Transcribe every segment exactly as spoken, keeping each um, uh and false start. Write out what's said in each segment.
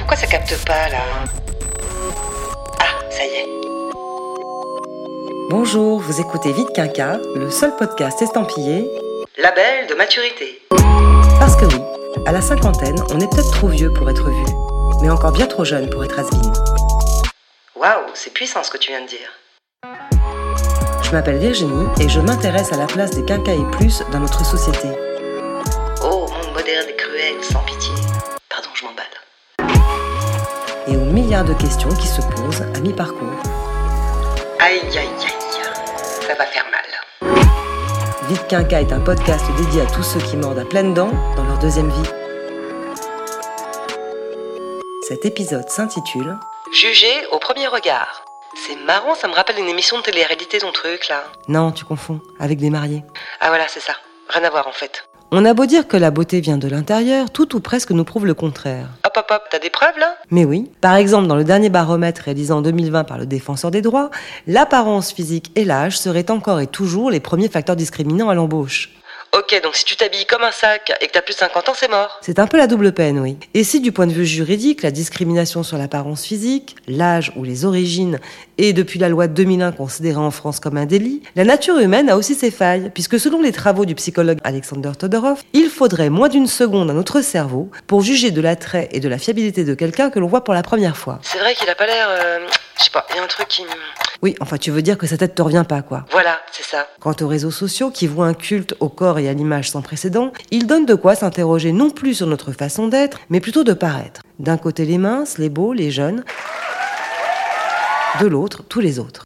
Pourquoi ça capte pas, là? Ah, ça y est. Bonjour, vous écoutez Vite Quinca, le seul podcast estampillé Label de maturité. Parce que oui, à la cinquantaine, on est peut-être trop vieux pour être vu, mais encore bien trop jeune pour être has-been. Waouh, c'est puissant ce que tu viens de dire. Je m'appelle Virginie et je m'intéresse à la place des quinca et plus dans notre société. Oh, monde moderne et cruel, sans pitié. Pardon, je m'emballe. Et aux milliards de questions qui se posent à mi-parcours. Aïe, aïe, aïe, ça va faire mal. Vite Quinca est un podcast dédié à tous ceux qui mordent à pleines dents dans leur deuxième vie. Cet épisode s'intitule Juger au premier regard. C'est marrant, ça me rappelle une émission de télé-réalité ton truc là. Non, tu confonds, avec des mariés. Ah voilà, c'est ça. Rien à voir en fait. On a beau dire que la beauté vient de l'intérieur, tout ou presque nous prouve le contraire. Hop hop hop, t'as des preuves là? Mais oui. Par exemple, dans le dernier baromètre réalisé en deux mille vingt par le Défenseur des droits, l'apparence physique et l'âge seraient encore et toujours les premiers facteurs discriminants à l'embauche. Ok, donc si tu t'habilles comme un sac et que t'as plus de cinquante ans, c'est mort. C'est un peu la double peine, oui. Et si du point de vue juridique, la discrimination sur l'apparence physique, l'âge ou les origines est depuis la loi de deux mille un considérée en France comme un délit, la nature humaine a aussi ses failles, puisque selon les travaux du psychologue Alexander Todorov, il faudrait moins d'une seconde à notre cerveau pour juger de l'attrait et de la fiabilité de quelqu'un que l'on voit pour la première fois. C'est vrai qu'il a pas l'air... Euh, je sais pas, il y a un truc qui me... Oui, enfin tu veux dire que sa tête te revient pas, quoi. Voilà, c'est ça. Quant aux réseaux sociaux qui vouent un culte au corps et à l'image sans précédent, ils donnent de quoi s'interroger non plus sur notre façon d'être, mais plutôt de paraître. D'un côté les minces, les beaux, les jeunes, de l'autre, tous les autres.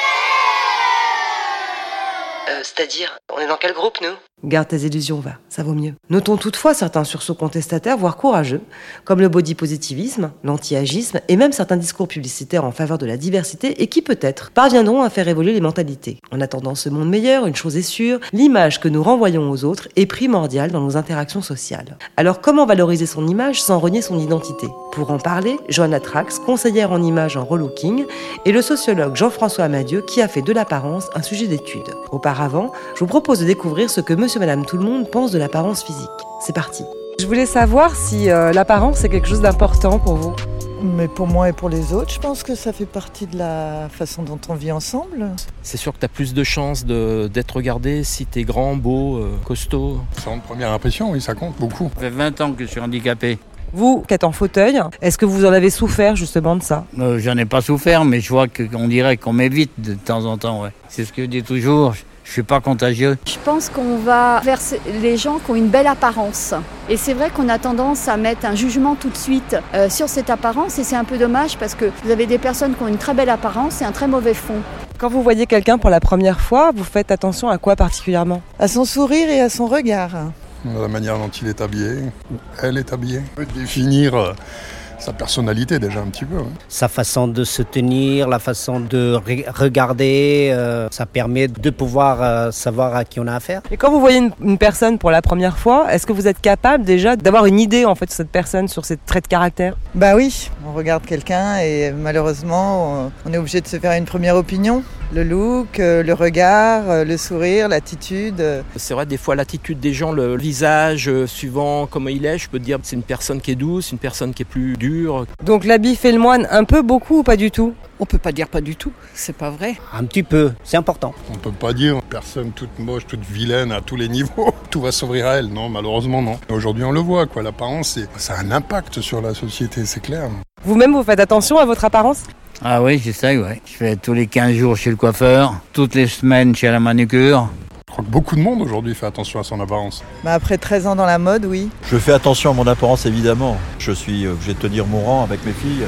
Euh, c'est-à-dire, on est dans quel groupe, nous? Garde tes illusions, va, ça vaut mieux. Notons toutefois certains sursauts contestataires, voire courageux, comme le body positivisme, l'anti-agisme et même certains discours publicitaires en faveur de la diversité et qui peut-être parviendront à faire évoluer les mentalités. En attendant ce monde meilleur, une chose est sûre, l'image que nous renvoyons aux autres est primordiale dans nos interactions sociales. Alors comment valoriser son image sans renier son identité? Pour en parler, Johanna Trax, conseillère en image en relooking, et le sociologue Jean-François Amadieu qui a fait de l'apparence un sujet d'étude. Auparavant, je vous propose de découvrir ce que Monsieur Madame Tout-le-Monde pense de l'apparence physique. C'est parti. Je voulais savoir si euh, l'apparence est quelque chose d'important pour vous. Mais pour moi et pour les autres, je pense que ça fait partie de la façon dont on vit ensemble. C'est sûr que tu as plus de chances de, d'être regardé si tu es grand, beau, euh, costaud. C'est en première impression, oui, ça compte beaucoup. Ça fait vingt ans que je suis handicapé. Vous, qui êtes en fauteuil, est-ce que vous en avez souffert justement de ça? euh, J'en ai pas souffert, mais je vois qu'on dirait qu'on m'évite de temps en temps. Ouais. C'est ce que je dis toujours. Je suis pas contagieux. Je pense qu'on va vers les gens qui ont une belle apparence. Et c'est vrai qu'on a tendance à mettre un jugement tout de suite euh, sur cette apparence et c'est un peu dommage parce que vous avez des personnes qui ont une très belle apparence et un très mauvais fond. Quand vous voyez quelqu'un pour la première fois, vous faites attention à quoi particulièrement? À son sourire et à son regard. La manière dont il est habillé, elle est habillée. On peut définir euh, sa personnalité déjà un petit peu. Hein. Sa façon de se tenir, la façon de re- regarder, euh, ça permet de pouvoir euh, savoir à qui on a affaire. Et quand vous voyez une, une personne pour la première fois, est-ce que vous êtes capable déjà d'avoir une idée en fait de cette personne, sur ses traits de caractère? Bah oui, on regarde quelqu'un et malheureusement, on est obligé de se faire une première opinion. Le look, le regard, le sourire, l'attitude. C'est vrai, des fois, l'attitude des gens, le visage, euh, suivant comment il est, je peux te dire c'est une personne qui est douce, une personne qui est plus dure. Donc l'habit fait le moine un peu, beaucoup ou pas du tout? On peut pas dire pas du tout, c'est pas vrai. Un petit peu, c'est important. On peut pas dire personne toute moche, toute vilaine à tous les niveaux. Tout va s'ouvrir à elle, non, malheureusement non. Aujourd'hui on le voit, quoi. L'apparence, c'est, ça a un impact sur la société, c'est clair. Vous-même, vous faites attention à votre apparence? Ah oui, j'essaye, ouais. Je fais tous les quinze jours chez le coiffeur, toutes les semaines chez la manucure. Je crois que beaucoup de monde aujourd'hui fait attention à son apparence. Bah après treize ans dans la mode, oui. Je fais attention à mon apparence, évidemment. Je suis obligé de tenir mon rang avec mes filles.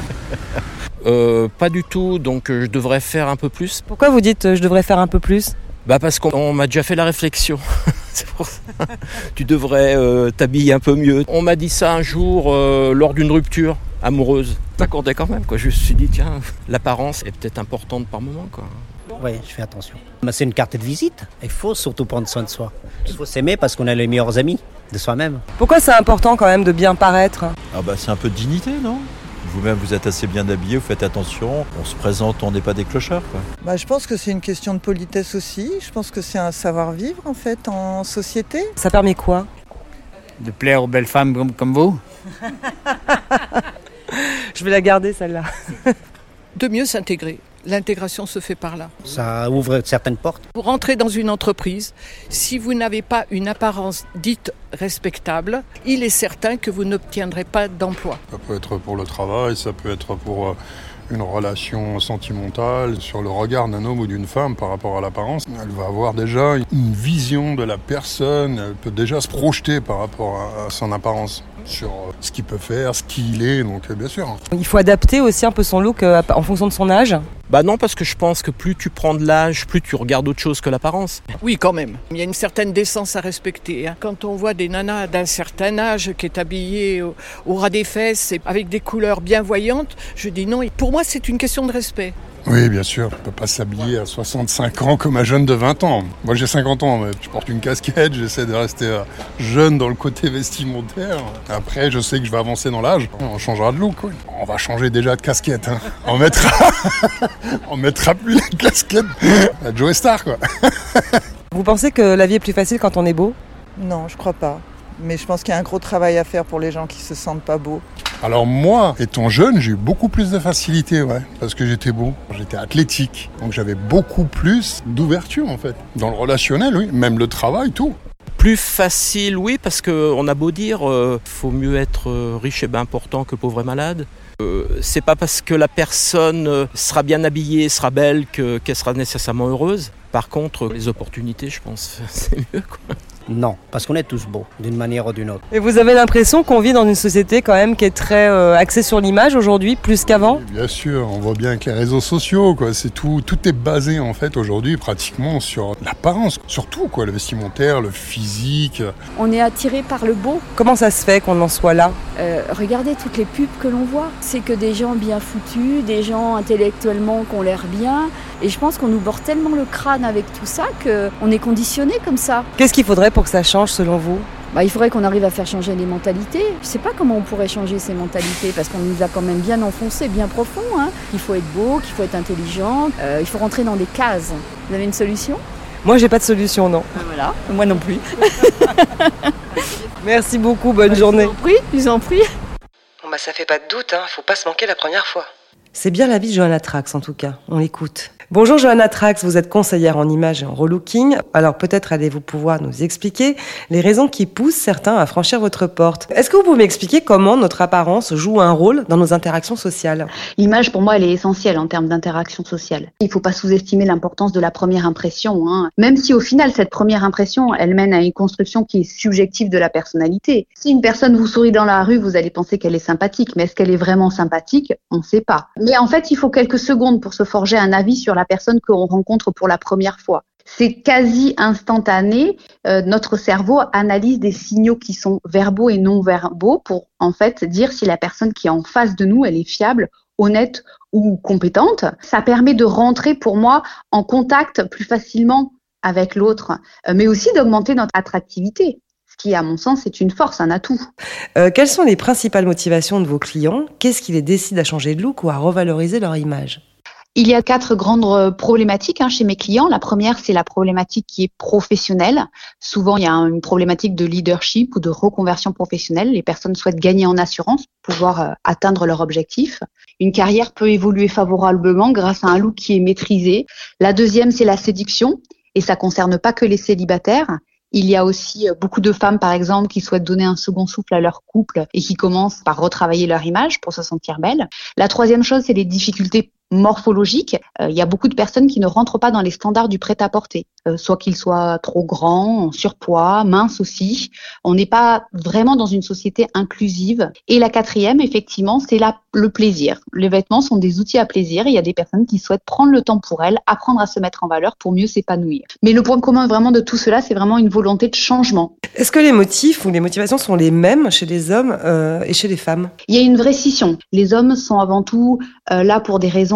Euh, pas du tout, donc euh, je devrais faire un peu plus. Pourquoi vous dites euh, je devrais faire un peu plus? Bah parce qu'on on m'a déjà fait la réflexion. C'est pour ça. Tu devrais euh, t'habiller un peu mieux. On m'a dit ça un jour euh, lors d'une rupture amoureuse. T'accordais quand même, quoi. Je me suis dit, tiens, l'apparence est peut-être importante par moment, quoi. Oui, je fais attention. C'est une carte de visite. Il faut surtout prendre soin de soi. Il faut s'aimer parce qu'on est les meilleurs amis de soi-même. Pourquoi c'est important quand même de bien paraître? Ah bah c'est un peu de dignité, non? Vous-même, vous êtes assez bien habillé, vous faites attention. On se présente, on n'est pas des clochards, quoi. Bah, je pense que c'est une question de politesse aussi. Je pense que c'est un savoir-vivre, en fait, en société. Ça permet quoi? De plaire aux belles femmes comme, comme vous. Je vais la garder celle-là. De mieux s'intégrer. L'intégration se fait par là. Ça ouvre certaines portes. Vous rentrez dans une entreprise, si vous n'avez pas une apparence dite respectable, il est certain que vous n'obtiendrez pas d'emploi. Ça peut être pour le travail, ça peut être pour une relation sentimentale, sur le regard d'un homme ou d'une femme par rapport à l'apparence. Elle va avoir déjà une vision de la personne, elle peut déjà se projeter par rapport à son apparence, sur ce qu'il peut faire, ce qu'il est, donc bien sûr. Il faut adapter aussi un peu son look en fonction de son âge. Bah non, parce que je pense que plus tu prends de l'âge, plus tu regardes autre chose que l'apparence. Oui, quand même. Il y a une certaine décence à respecter. Hein. Quand on voit des nanas d'un certain âge qui est habillée au, au ras des fesses et avec des couleurs bien voyantes, je dis non. Pour moi, c'est une question de respect. Oui, bien sûr. On ne peut pas s'habiller à soixante-cinq ans comme un jeune de vingt ans. Moi, j'ai cinquante ans, mais je porte une casquette, j'essaie de rester jeune dans le côté vestimentaire. Après, je sais que je vais avancer dans l'âge. On changera de look. Oui. On va changer déjà de casquette. Hein. On mettra, on mettra plus la casquette à Joe Star, quoi. Vous pensez que la vie est plus facile quand on est beau ? Non, je crois pas. Mais je pense qu'il y a un gros travail à faire pour les gens qui se sentent pas beaux. Alors moi, étant jeune, j'ai eu beaucoup plus de facilité, ouais, parce que j'étais beau, j'étais athlétique, donc j'avais beaucoup plus d'ouverture en fait. Dans le relationnel, oui, même le travail, tout. Plus facile, oui, parce qu'on a beau dire, euh, faut mieux être euh, riche et bien important que pauvre et malade. Euh, c'est pas parce que la personne euh, sera bien habillée, sera belle, que, qu'elle sera nécessairement heureuse. Par contre, les opportunités, je pense, c'est mieux, quoi. Non, parce qu'on est tous beaux, d'une manière ou d'une autre. Et vous avez l'impression qu'on vit dans une société quand même qui est très euh, axée sur l'image aujourd'hui, plus qu'avant ? Oui, bien sûr, on voit bien avec les réseaux sociaux, quoi. C'est tout, tout est basé en fait aujourd'hui pratiquement sur l'apparence, surtout quoi, le vestimentaire, le physique. On est attiré par le beau. Comment ça se fait qu'on en soit là ? euh, Regardez toutes les pubs que l'on voit. C'est que des gens bien foutus, des gens intellectuellement qui ont l'air bien. Et je pense qu'on nous borde tellement le crâne avec tout ça qu'on est conditionné comme ça. Qu'est-ce qu'il faudrait pour que ça change selon vous ? Bah, il faudrait qu'on arrive à faire changer les mentalités. Je ne sais pas comment on pourrait changer ces mentalités parce qu'on nous a quand même bien enfoncé, bien profond. Hein. Il faut être beau, qu'il faut être intelligent, euh, il faut rentrer dans des cases. Vous avez une solution ? Moi, j'ai pas de solution, non. Ben voilà, moi non plus. Merci beaucoup, bonne journée. Je vous en prie, je vous en prie. Bon bah ça fait pas de doute, hein. Faut pas se manquer la première fois. C'est bien la vie de Johanna Trax en tout cas, on l'écoute. Bonjour Johanna Trax, vous êtes conseillère en images et en relooking. Alors peut-être allez-vous pouvoir nous expliquer les raisons qui poussent certains à franchir votre porte. Est-ce que vous pouvez m'expliquer comment notre apparence joue un rôle dans nos interactions sociales ? L'image pour moi elle est essentielle en termes d'interaction sociale. Il ne faut pas sous-estimer l'importance de la première impression. Hein. Même si au final cette première impression elle mène à une construction qui est subjective de la personnalité. Si une personne vous sourit dans la rue, vous allez penser qu'elle est sympathique, mais est-ce qu'elle est vraiment sympathique ? On ne sait pas. Mais en fait il faut quelques secondes pour se forger un avis sur la personne qu'on rencontre pour la première fois. C'est quasi instantané. Euh, notre cerveau analyse des signaux qui sont verbaux et non verbaux pour en fait dire si la personne qui est en face de nous, elle est fiable, honnête ou compétente. Ça permet de rentrer pour moi en contact plus facilement avec l'autre, euh, mais aussi d'augmenter notre attractivité. Ce qui, à mon sens, est une force, un atout. Euh, quelles sont les principales motivations de vos clients ? Qu'est-ce qui les décide à changer de look ou à revaloriser leur image ? Il y a quatre grandes problématiques hein, chez mes clients. La première, c'est la problématique qui est professionnelle. Souvent, il y a une problématique de leadership ou de reconversion professionnelle. Les personnes souhaitent gagner en assurance pour pouvoir euh, atteindre leur objectif. Une carrière peut évoluer favorablement grâce à un look qui est maîtrisé. La deuxième, c'est la séduction. Et ça concerne pas que les célibataires. Il y a aussi beaucoup de femmes, par exemple, qui souhaitent donner un second souffle à leur couple et qui commencent par retravailler leur image pour se sentir belle. La troisième chose, c'est les difficultés morphologiques. Euh, il y a beaucoup de personnes qui ne rentrent pas dans les standards du prêt-à-porter, euh, soit qu'ils soient trop grands, en surpoids, minces aussi. On n'est pas vraiment dans une société inclusive. Et la quatrième, effectivement, c'est la, le plaisir. Les vêtements sont des outils à plaisir. Il y a des personnes qui souhaitent prendre le temps pour elles, apprendre à se mettre en valeur pour mieux s'épanouir. Mais le point commun vraiment de tout cela, c'est vraiment une volonté de changement. Est-ce que les motifs ou les motivations sont les mêmes chez les hommes euh, et chez les femmes ? Il y a une vraie scission. Les hommes sont avant tout euh, là pour des raisons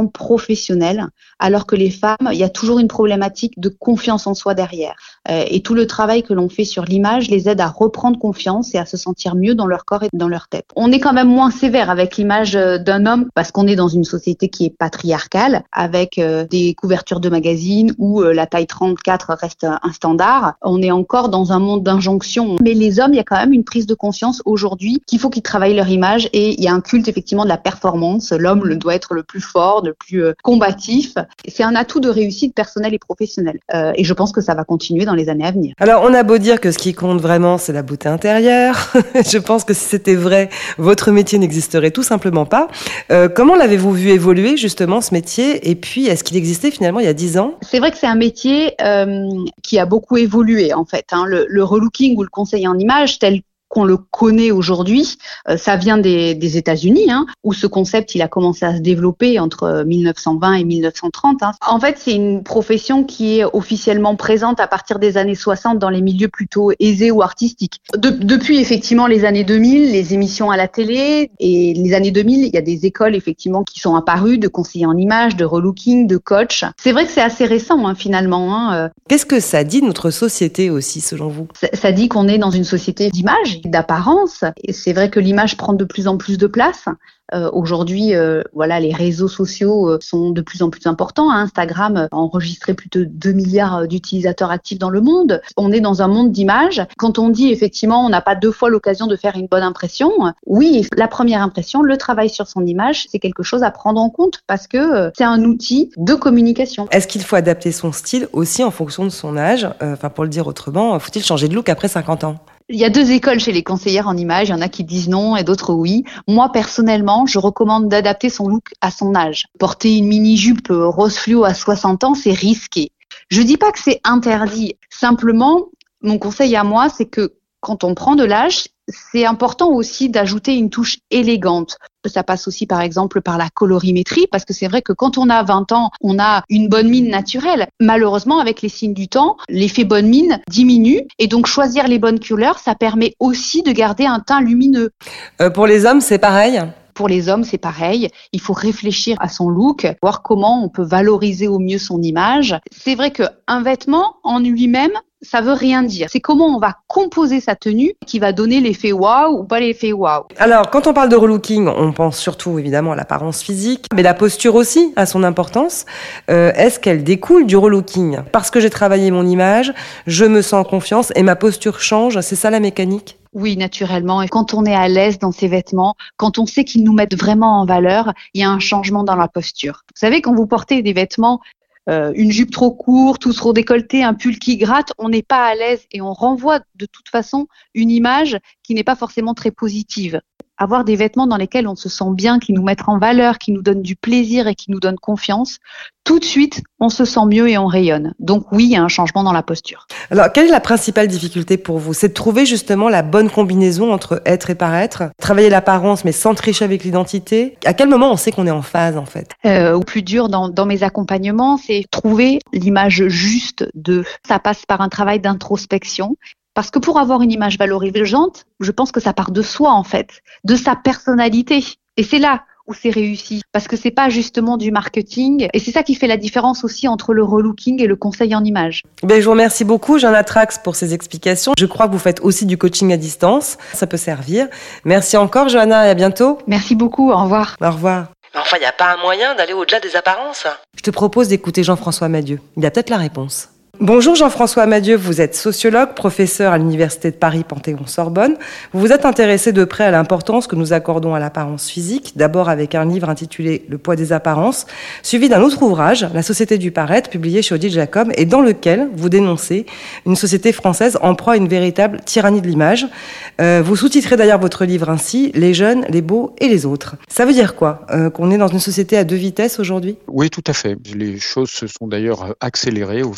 reconversion professionnelle, alors que les femmes, il y a toujours une problématique de confiance en soi derrière. Euh, et tout le travail que l'on fait sur l'image les aide à reprendre confiance et à se sentir mieux dans leur corps et dans leur tête. On est quand même moins sévère avec l'image d'un homme parce qu'on est dans une société qui est patriarcale, avec euh, des couvertures de magazines où euh, la taille trente-quatre reste un standard. On est encore dans un monde d'injonctions. Mais les hommes, il y a quand même une prise de conscience aujourd'hui qu'il faut qu'ils travaillent leur image et il y a un culte effectivement de la performance. L'homme le doit être le plus fort, le plus euh, combatif. C'est un atout de réussite personnelle et professionnelle. Euh, et je pense que ça va continuer dans les années à venir. Alors, on a beau dire que ce qui compte vraiment, c'est la beauté intérieure. Je pense que si c'était vrai, votre métier n'existerait tout simplement pas. Euh, comment l'avez-vous vu évoluer, justement, ce métier ? Et puis, est-ce qu'il existait finalement il y a dix ans ? C'est vrai que c'est un métier euh, qui a beaucoup évolué, en fait. Hein. Le, le relooking ou le conseil en image, tel qu'on le connaît aujourd'hui, euh, ça vient des, des États-Unis, hein, où ce concept il a commencé à se développer entre mille neuf cent vingt et mille neuf cent trente. Hein. En fait, c'est une profession qui est officiellement présente à partir des années soixante dans les milieux plutôt aisés ou artistiques. De, depuis effectivement les années deux mille, les émissions à la télé et les années deux mille, il y a des écoles effectivement qui sont apparues de conseillers en images, de relooking, de coach. C'est vrai que c'est assez récent hein, finalement. Hein. Qu'est-ce que ça dit de notre société aussi, selon vous ? ça, ça dit qu'on est dans une société d'image, d'apparence. Et c'est vrai que l'image prend de plus en plus de place. Euh, aujourd'hui, euh, voilà, les réseaux sociaux euh, sont de plus en plus importants. Hein. Instagram a enregistré plus de deux milliards d'utilisateurs actifs dans le monde. On est dans un monde d'images. Quand on dit effectivement, on n'a pas deux fois l'occasion de faire une bonne impression. Oui, la première impression, le travail sur son image, c'est quelque chose à prendre en compte parce que euh, c'est un outil de communication. Est-ce qu'il faut adapter son style aussi en fonction de son âge ? Enfin, euh, pour le dire autrement, faut-il changer de look après cinquante ans ? Il y a deux écoles chez les conseillères en images, il y en a qui disent non et d'autres oui. Moi, personnellement, je recommande d'adapter son look à son âge. Porter une mini-jupe rose fluo à soixante ans, c'est risqué. Je dis pas que c'est interdit. Simplement, mon conseil à moi, c'est que quand on prend de l'âge, c'est important aussi d'ajouter une touche élégante. Ça passe aussi par exemple par la colorimétrie parce que c'est vrai que quand on a vingt ans, on a une bonne mine naturelle. Malheureusement, avec les signes du temps, l'effet bonne mine diminue et donc choisir les bonnes couleurs, ça permet aussi de garder un teint lumineux. Euh, pour les hommes, c'est pareil ? Pour les hommes, c'est pareil. Il faut réfléchir à son look, voir comment on peut valoriser au mieux son image. C'est vrai qu'un vêtement en lui-même, ça veut rien dire. C'est comment on va composer sa tenue qui va donner l'effet waouh ou pas l'effet waouh. Alors, quand on parle de relooking, on pense surtout évidemment à l'apparence physique, mais la posture aussi a son importance. Euh, est-ce qu'elle découle du relooking ? Parce que j'ai travaillé mon image, je me sens en confiance et ma posture change, c'est ça la mécanique ? Oui, naturellement. Et quand on est à l'aise dans ses vêtements, quand on sait qu'ils nous mettent vraiment en valeur, il y a un changement dans la posture. Vous savez, quand vous portez des vêtements, euh, une jupe trop courte ou trop décolletée, un pull qui gratte, on n'est pas à l'aise et on renvoie de toute façon une image qui n'est pas forcément très positive. Avoir des vêtements dans lesquels on se sent bien, qui nous mettent en valeur, qui nous donnent du plaisir et qui nous donnent confiance, tout de suite, on se sent mieux et on rayonne. Donc oui, il y a un changement dans la posture. Alors, quelle est la principale difficulté pour vous ? C'est de trouver justement la bonne combinaison entre être et paraître, travailler l'apparence mais sans tricher avec l'identité. À quel moment on sait qu'on est en phase en fait ? euh, Au plus dur dans, dans mes accompagnements, c'est trouver l'image juste d'eux. Ça passe par un travail d'introspection. Parce que pour avoir une image valorisante, je pense que ça part de soi en fait, de sa personnalité. Et c'est là où c'est réussi, parce que c'est pas justement du marketing. Et c'est ça qui fait la différence aussi entre le relooking et le conseil en image. Ben, je vous remercie beaucoup, Johanna Trax, pour ces explications. Je crois que vous faites aussi du coaching à distance. Ça peut servir. Merci encore, Johanna, et à bientôt. Merci beaucoup, au revoir. Au revoir. Mais enfin, il n'y a pas un moyen d'aller au-delà des apparences ? Je te propose d'écouter Jean-François Madieu. Il a peut-être la réponse. Bonjour Jean-François Madieu, vous êtes sociologue, professeur à l'Université de Paris Panthéon-Sorbonne. Vous vous êtes intéressé de près à l'importance que nous accordons à l'apparence physique, d'abord avec un livre intitulé « Le poids des apparences », suivi d'un autre ouvrage, « La société du paraître », publié chez Odile Jacob, et dans lequel vous dénoncez une société française en proie à une véritable tyrannie de l'image. Euh, vous sous-titrez d'ailleurs votre livre ainsi « Les jeunes, les beaux et les autres ». Ça veut dire quoi ? euh, Qu'on est dans une société à deux vitesses aujourd'hui ? Oui, tout à fait. Les choses se sont d'ailleurs accélérées au fil du temps.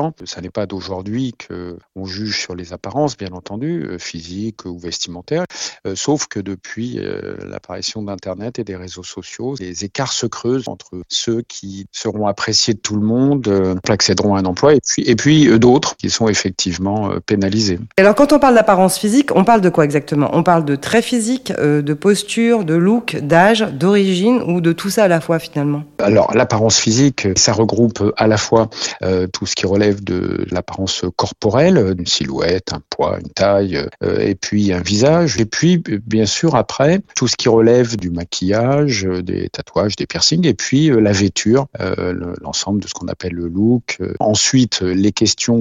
temps. Ça n'est pas d'aujourd'hui qu'on juge sur les apparences, bien entendu, physiques ou vestimentaires, euh, sauf que depuis euh, l'apparition d'Internet et des réseaux sociaux, les écarts se creusent entre ceux qui seront appréciés de tout le monde, euh, accéderont à un emploi, et puis, et puis euh, d'autres qui sont effectivement euh, pénalisés. Alors quand on parle d'apparence physique, on parle de quoi exactement ? On parle de traits physiques, euh, de posture, de look, d'âge, d'origine, ou de tout ça à la fois finalement ? Alors l'apparence physique, ça regroupe à la fois euh, tout ce qui relève de l'apparence corporelle, une silhouette, un poids, une taille, euh, et puis un visage, et puis bien sûr après tout ce qui relève du maquillage, des tatouages, des piercings, et puis euh, la vêture, euh, l'ensemble de ce qu'on appelle le look. Ensuite, les questions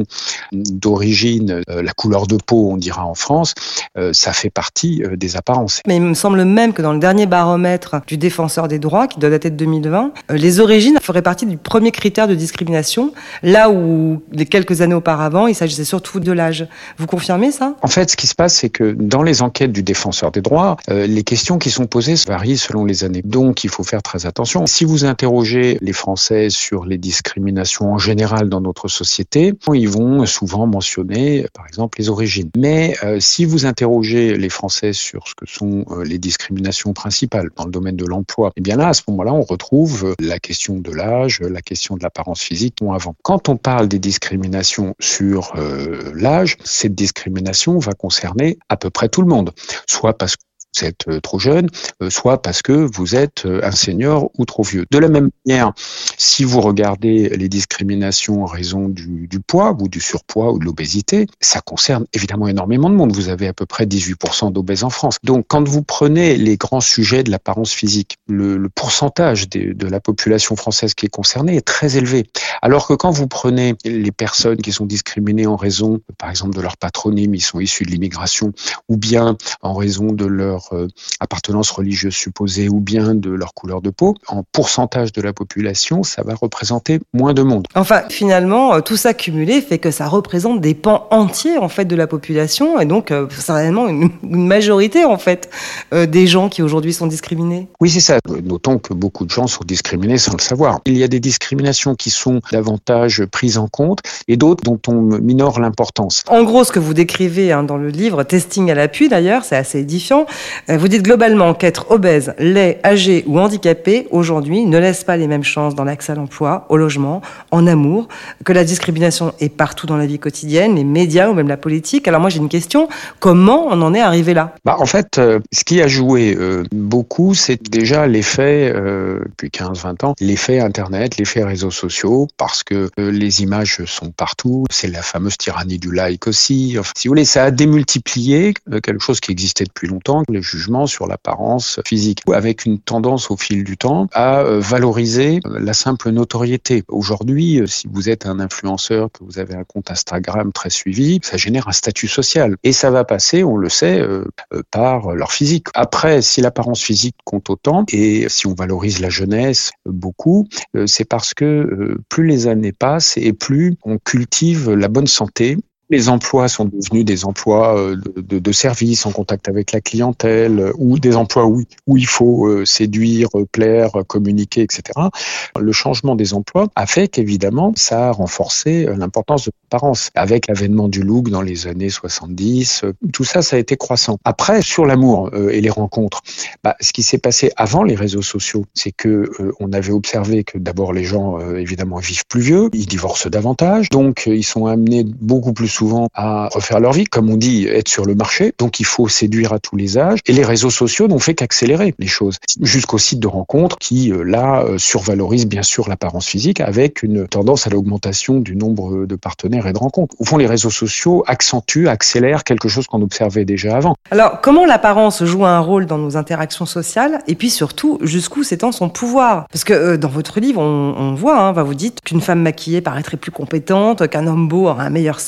d'origine, euh, la couleur de peau, on dira en France, euh, ça fait partie euh, des apparences. Mais il me semble même que dans le dernier baromètre du Défenseur des droits, qui doit dater de deux mille vingt, euh, les origines feraient partie du premier critère de discrimination, là où les quelques années auparavant, il s'agissait surtout de l'âge. Vous confirmez ça ? En fait, ce qui se passe, c'est que dans les enquêtes du Défenseur des droits, euh, les questions qui sont posées varient selon les années. Donc, il faut faire très attention. Si vous interrogez les Français sur les discriminations en général dans notre société, ils vont souvent mentionner, par exemple, les origines. Mais euh, si vous interrogez les Français sur ce que sont euh, les discriminations principales dans le domaine de l'emploi, eh bien là, à ce moment-là, on retrouve la question de l'âge, la question de l'apparence physique, bon avant. Quand on parle des discriminations sur euh, l'âge, cette discrimination va concerner à peu près tout le monde, soit parce que vous êtes trop jeune, soit parce que vous êtes un senior ou trop vieux. De la même manière, si vous regardez les discriminations en raison du, du poids ou du surpoids ou de l'obésité, ça concerne évidemment énormément de monde. Vous avez à peu près dix-huit pour cent d'obèses en France. Donc, quand vous prenez les grands sujets de l'apparence physique, le, le pourcentage de, de la population française qui est concernée est très élevé. Alors que quand vous prenez les personnes qui sont discriminées en raison, par exemple, de leur patronyme, ils sont issus de l'immigration, ou bien en raison de leur euh, appartenance religieuse supposée, ou bien de leur couleur de peau, en pourcentage de la population, ça va représenter moins de monde. Enfin, finalement, tout ça cumulé fait que ça représente des pans entiers en fait de la population, et donc euh, certainement une, une majorité en fait euh, des gens qui aujourd'hui sont discriminés. Oui, c'est ça. Notons que beaucoup de gens sont discriminés sans le savoir. Il y a des discriminations qui sont davantage prises en compte et d'autres dont on minore l'importance. En gros, ce que vous décrivez hein, dans le livre, Testing à l'appui d'ailleurs, c'est assez édifiant. Euh, vous dites globalement qu'être obèse, laid, âgé ou handicapé aujourd'hui ne laisse pas les mêmes chances dans l'accès à l'emploi, au logement, en amour, que la discrimination est partout dans la vie quotidienne, les médias ou même la politique. Alors moi j'ai une question, comment on en est arrivé là ? Bah, en fait, euh, ce qui a joué euh, beaucoup, c'est déjà l'effet, euh, depuis quinze vingt ans, l'effet Internet, l'effet réseaux sociaux, parce que euh, les images sont partout, c'est la fameuse tyrannie du like aussi. Enfin, si vous voulez, ça a démultiplié euh, quelque chose qui existait depuis longtemps, les jugements sur l'apparence physique, avec une tendance au fil du temps à euh, valoriser la simple notoriété. Aujourd'hui, euh, si vous êtes un influenceur, que vous avez un compte Instagram très suivi, ça génère un statut social. Et ça va passer, on le sait, euh, euh, par leur physique. Après, si l'apparence physique compte autant, et si on valorise la jeunesse euh, beaucoup, euh, c'est parce que euh, plus les années passent et plus on cultive la bonne santé. Les emplois sont devenus des emplois de, de, de service en contact avec la clientèle ou des emplois où, où il faut séduire, plaire, communiquer, et cetera. Le changement des emplois a fait qu'évidemment, ça a renforcé l'importance de l'apparence. Avec l'avènement du look dans les années soixante-dix, tout ça, ça a été croissant. Après, sur l'amour et les rencontres, bah, ce qui s'est passé avant les réseaux sociaux, c'est que euh, on avait observé que d'abord les gens, euh, évidemment, vivent plus vieux, ils divorcent davantage, donc ils sont amenés beaucoup plus souvent à refaire leur vie, comme on dit, être sur le marché. Donc il faut séduire à tous les âges. Et les réseaux sociaux n'ont fait qu'accélérer les choses. Jusqu'aux sites de rencontres qui, là, survalorisent bien sûr l'apparence physique avec une tendance à l'augmentation du nombre de partenaires et de rencontres. Au fond, les réseaux sociaux accentuent, accélèrent quelque chose qu'on observait déjà avant. Alors, comment l'apparence joue un rôle dans nos interactions sociales? Et puis surtout, jusqu'où s'étend son pouvoir? Parce que euh, dans votre livre, on, on voit, hein, vous dites qu'une femme maquillée paraîtrait plus compétente, qu'un homme beau aura un meilleur salaire.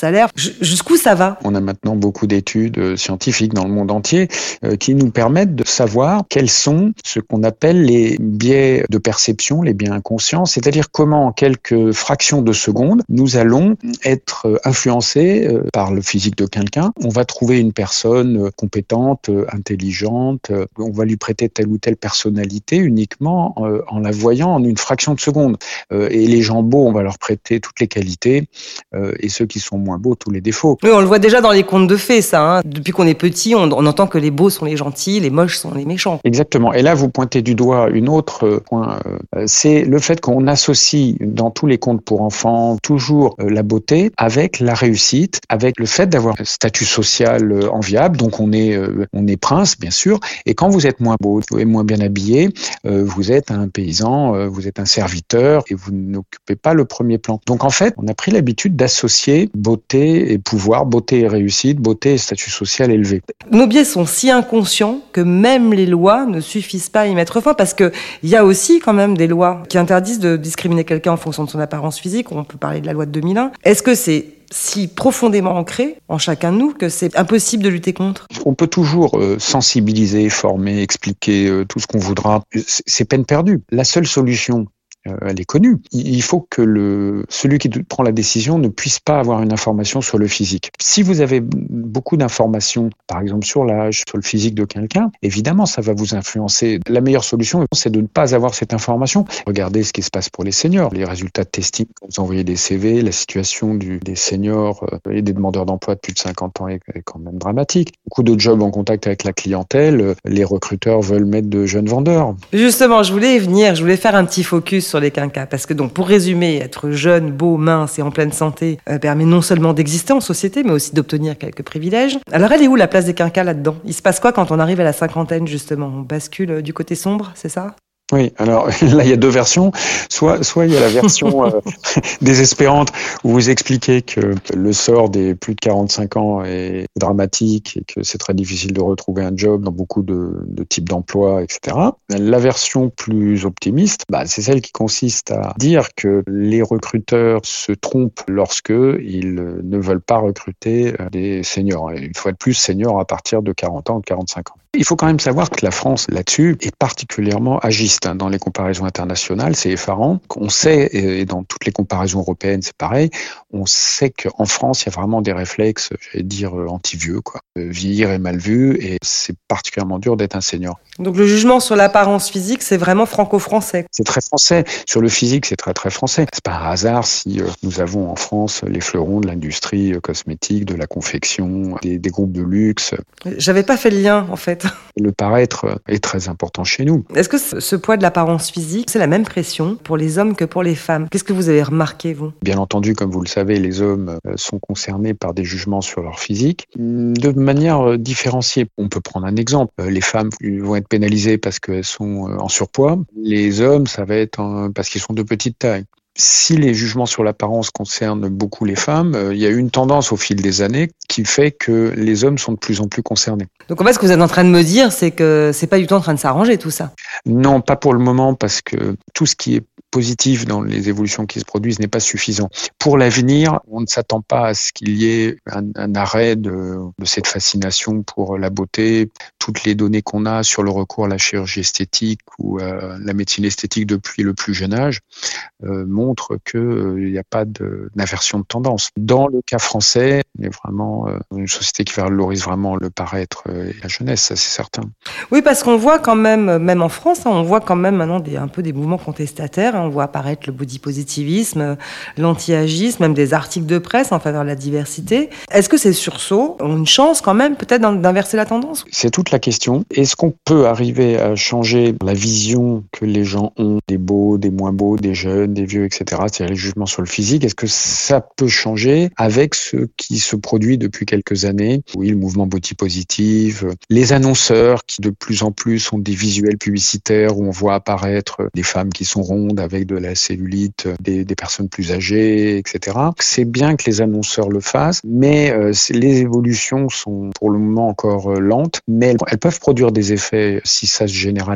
Jusqu'où ça va ? On a maintenant beaucoup d'études scientifiques dans le monde entier euh, qui nous permettent de savoir quels sont ce qu'on appelle les biais de perception, les biais inconscients, c'est-à-dire comment en quelques fractions de secondes, nous allons être influencés euh, par le physique de quelqu'un. On va trouver une personne compétente, intelligente, on va lui prêter telle ou telle personnalité uniquement euh, en la voyant en une fraction de seconde. Euh, et les gens beaux, on va leur prêter toutes les qualités euh, et ceux qui sont moins beaux, tous les défauts. Oui, on le voit déjà dans les contes de fées, ça. Hein. Depuis qu'on est petit, on, on entend que les beaux sont les gentils, les moches sont les méchants. Exactement. Et là, vous pointez du doigt une autre point. Euh, c'est le fait qu'on associe dans tous les contes pour enfants toujours euh, la beauté avec la réussite, avec le fait d'avoir un statut social euh, enviable. Donc on est, euh, on est prince, bien sûr. Et quand vous êtes moins beau et moins bien habillé, euh, vous êtes un paysan, euh, vous êtes un serviteur et vous n'occupez pas le premier plan. Donc en fait, on a pris l'habitude d'associer beauté et pouvoir, beauté et réussite, beauté et statut social élevé. Nos biais sont si inconscients que même les lois ne suffisent pas à y mettre fin, parce que il y a aussi quand même des lois qui interdisent de discriminer quelqu'un en fonction de son apparence physique. On peut parler de la loi de deux mille un. Est-ce que c'est si profondément ancré en chacun de nous que c'est impossible de lutter contre? On peut toujours euh, sensibiliser, former, expliquer euh, tout ce qu'on voudra. C'est peine perdue. La seule solution, Euh, elle est connue. Il faut que le, celui qui prend la décision ne puisse pas avoir une information sur le physique. Si vous avez beaucoup d'informations, par exemple sur l'âge, sur le physique de quelqu'un, évidemment, ça va vous influencer. La meilleure solution, c'est de ne pas avoir cette information. Regardez ce qui se passe pour les seniors. Les résultats de testing, quand vous envoyez des C V, la situation du, des seniors et des demandeurs d'emploi de plus de cinquante ans est, est quand même dramatique. Beaucoup de jobs en contact avec la clientèle, les recruteurs veulent mettre de jeunes vendeurs. Justement, je voulais y venir, je voulais faire un petit focus sur les quinquas, parce que donc pour résumer, être jeune, beau, mince et en pleine santé euh, permet non seulement d'exister en société, mais aussi d'obtenir quelques privilèges. Alors elle est où la place des quinquas là-dedans ? Il se passe quoi quand on arrive à la cinquantaine justement ? On bascule du côté sombre, c'est ça ? Oui, alors là, il y a deux versions. Soit, soit il y a la version euh, désespérante où vous expliquez que le sort des plus de quarante-cinq ans est dramatique et que c'est très difficile de retrouver un job dans beaucoup de, de types d'emplois, et cetera. La version plus optimiste, bah, c'est celle qui consiste à dire que les recruteurs se trompent lorsque ils ne veulent pas recruter des seniors. Il faut être plus senior à partir de quarante ans ou de quarante-cinq ans. Il faut quand même savoir que la France, là-dessus, est particulièrement agiste. Dans les comparaisons internationales, c'est effarant. On sait, et dans toutes les comparaisons européennes, c'est pareil, on sait qu'en France, il y a vraiment des réflexes, j'allais dire, anti-vieux, quoi. Vieillir est mal vu, et c'est particulièrement dur d'être un senior. Donc le jugement sur l'apparence physique, c'est vraiment franco-français. C'est très français. Sur le physique, c'est très très français. C'est pas un hasard si euh, nous avons en France les fleurons de l'industrie euh, cosmétique, de la confection, des, des groupes de luxe. J'avais pas fait le lien, en fait. Le paraître est très important chez nous. Est-ce que ce poids de l'apparence physique, c'est la même pression pour les hommes que pour les femmes ? Qu'est-ce que vous avez remarqué, vous ? Bien entendu, comme vous le savez, les hommes sont concernés par des jugements sur leur physique de manière différenciée. On peut prendre un exemple. Les femmes vont être pénalisées parce qu'elles sont en surpoids. Les hommes, ça va être en... parce qu'ils sont de petite taille. Si les jugements sur l'apparence concernent beaucoup les femmes, euh, il y a eu une tendance au fil des années qui fait que les hommes sont de plus en plus concernés. Donc en fait, ce que vous êtes en train de me dire, c'est que c'est pas du tout en train de s'arranger tout ça. Non, pas pour le moment, parce que tout ce qui est positif dans les évolutions qui se produisent n'est pas suffisant. Pour l'avenir, on ne s'attend pas à ce qu'il y ait un, un arrêt de, de cette fascination pour la beauté. Toutes les données qu'on a sur le recours à la chirurgie esthétique ou à la médecine esthétique depuis le plus jeune âge euh, montrent qu'il euh, n'y a pas de, d'inversion de tendance. Dans le cas français, il y a vraiment euh, une société qui valorise vraiment le paraître et la jeunesse, ça c'est certain. Oui, parce qu'on voit quand même, même en France, hein, on voit quand même maintenant des, un peu des mouvements contestataires. Hein, on voit apparaître le body positivisme, l'anti-agisme, même des articles de presse en faveur de la diversité. Est-ce que ces sursauts ont une chance quand même peut-être d'inverser la tendance ? C'est toute la question. Est-ce qu'on peut arriver à changer la vision que les gens ont des beaux, des moins beaux, des jeunes, des vieux, et cetera, c'est-à-dire les jugements sur le physique? Est-ce que ça peut changer avec ce qui se produit depuis quelques années? Oui, le mouvement body positive, les annonceurs qui de plus en plus ont des visuels publicitaires où on voit apparaître des femmes qui sont rondes avec de la cellulite, des, des personnes plus âgées, et cetera. C'est bien que les annonceurs le fassent, mais euh, les évolutions sont pour le moment encore euh, lentes, mais elles, elles peuvent produire des effets si ça se généralise.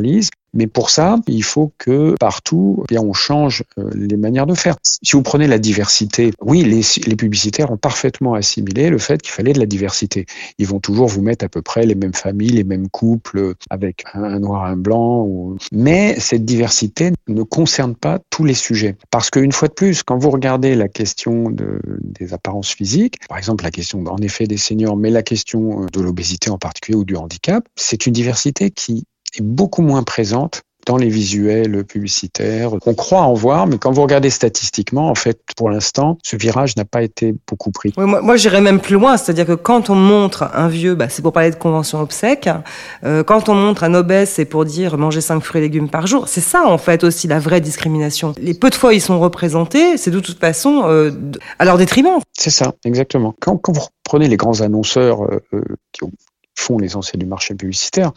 Mais pour ça, il faut que partout, eh bien, on change euh, les manières de faire. Si vous prenez la diversité, oui, les, les publicitaires ont parfaitement assimilé le fait qu'il fallait de la diversité. Ils vont toujours vous mettre à peu près les mêmes familles, les mêmes couples, avec un, un noir, un blanc. Ou... Mais cette diversité ne concerne pas tous les sujets. Parce qu'une fois de plus, quand vous regardez la question de, des apparences physiques, par exemple la question en effet des seniors, mais la question de l'obésité en particulier ou du handicap, c'est une diversité qui est beaucoup moins présente dans les visuels publicitaires. On croit en voir, mais quand vous regardez statistiquement, en fait, pour l'instant, ce virage n'a pas été beaucoup pris. Oui, moi, moi j'irais même plus loin, c'est-à-dire que quand on montre un vieux, bah, c'est pour parler de convention obsèque, euh, quand on montre un obèse, c'est pour dire manger cinq fruits et légumes par jour. C'est ça, en fait, aussi la vraie discrimination. Les peu de fois ils sont représentés, c'est de toute façon euh, à leur détriment. C'est ça, exactement. Quand, quand vous prenez les grands annonceurs euh, euh, qui ont font l'essentiel du marché publicitaire,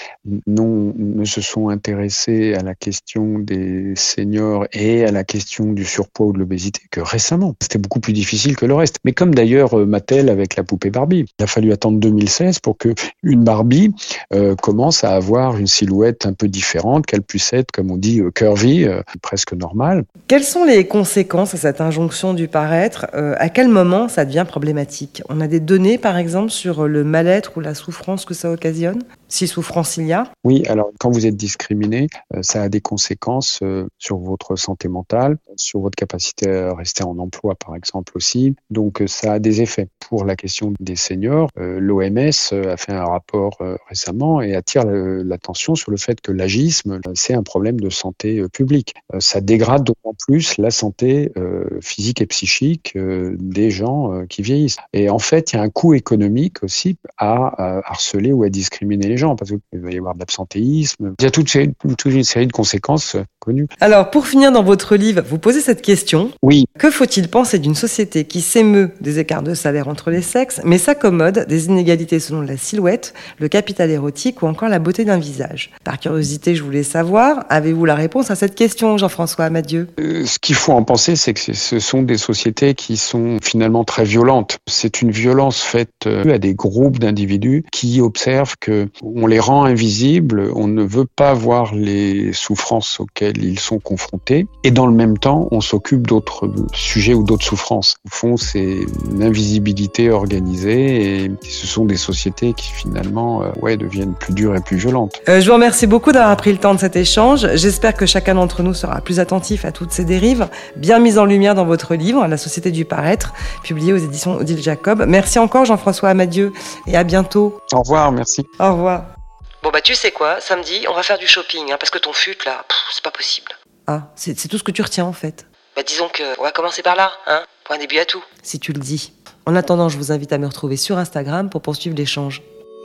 non, ne se sont intéressés à la question des seniors et à la question du surpoids ou de l'obésité que récemment. C'était beaucoup plus difficile que le reste. Mais comme d'ailleurs Mattel avec la poupée Barbie. Il a fallu attendre deux mille seize pour que une Barbie euh, commence à avoir une silhouette un peu différente, qu'elle puisse être, comme on dit, curvy, euh, presque normale. Quelles sont les conséquences à cette injonction du paraître ? euh, À quel moment ça devient problématique ? On a des données, par exemple, sur le mal-être ou la souffrance que ça occasionne ? Si souffrance il y a ? Oui, alors quand vous êtes discriminé, euh, ça a des conséquences euh, sur votre santé mentale, sur votre capacité à rester en emploi par exemple aussi. Donc euh, ça a des effets. Pour la question des seniors, euh, l'O M S a fait un rapport euh, récemment et attire le, l'attention sur le fait que l'agisme, c'est un problème de santé euh, publique. Euh, ça dégrade d'autant plus la santé euh, physique et psychique euh, des gens euh, qui vieillissent. Et en fait, il y a un coût économique aussi à, à harceler ou à discriminer les gens, parce qu'il va y avoir de l'absentéisme. Il y a toute, toute une série de conséquences connues. Alors, pour finir dans votre livre, vous posez cette question. Oui. Que faut-il penser d'une société qui s'émeut des écarts de salaire entre les sexes, mais s'accommode des inégalités selon la silhouette, le capital érotique ou encore la beauté d'un visage ? Par curiosité, je voulais savoir, avez-vous la réponse à cette question, Jean-François Amadieu ? euh, Ce qu'il faut en penser, c'est que ce sont des sociétés qui sont finalement très violentes. C'est une violence faite euh, à des groupes d'individus qui observent que on les rend invisibles, on ne veut pas voir les souffrances auxquelles ils sont confrontés, et dans le même temps, on s'occupe d'autres sujets ou d'autres souffrances. Au fond, c'est une invisibilité organisée, et ce sont des sociétés qui finalement euh, ouais, deviennent plus dures et plus violentes. Euh, je vous remercie beaucoup d'avoir pris le temps de cet échange. J'espère que chacun d'entre nous sera plus attentif à toutes ces dérives, bien mises en lumière dans votre livre, La Société du Paraître, publié aux éditions Odile Jacob. Merci encore, Jean-François Amadieu, et à bientôt. Au revoir, merci. Au revoir. Bon bah tu sais quoi, samedi, on va faire du shopping, hein, parce que ton fut là, pff, c'est pas possible. Ah, c'est, c'est tout ce que tu retiens en fait. Bah disons que on va commencer par là, hein, pour un début à tout. Si tu le dis. En attendant, je vous invite à me retrouver sur Instagram pour poursuivre l'échange.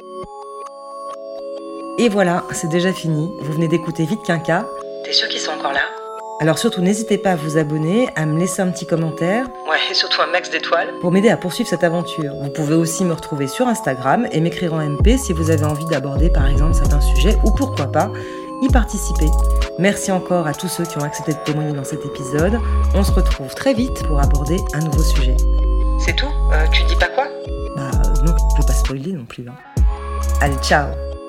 Et voilà, c'est déjà fini. Vous venez d'écouter Vite Quinca. T'es sûr qu'ils sont encore là ? Alors surtout, n'hésitez pas à vous abonner, à me laisser un petit commentaire. Ouais, et surtout un max d'étoiles. Pour m'aider à poursuivre cette aventure. Vous pouvez aussi me retrouver sur Instagram et m'écrire en M P si vous avez envie d'aborder par exemple certains sujets ou pourquoi pas y participer. Merci encore à tous ceux qui ont accepté de témoigner dans cet épisode. On se retrouve très vite pour aborder un nouveau sujet. C'est tout ? euh, Tu dis pas quoi ? Bah non, je veux pas spoiler non plus. Hein. Allez, ciao.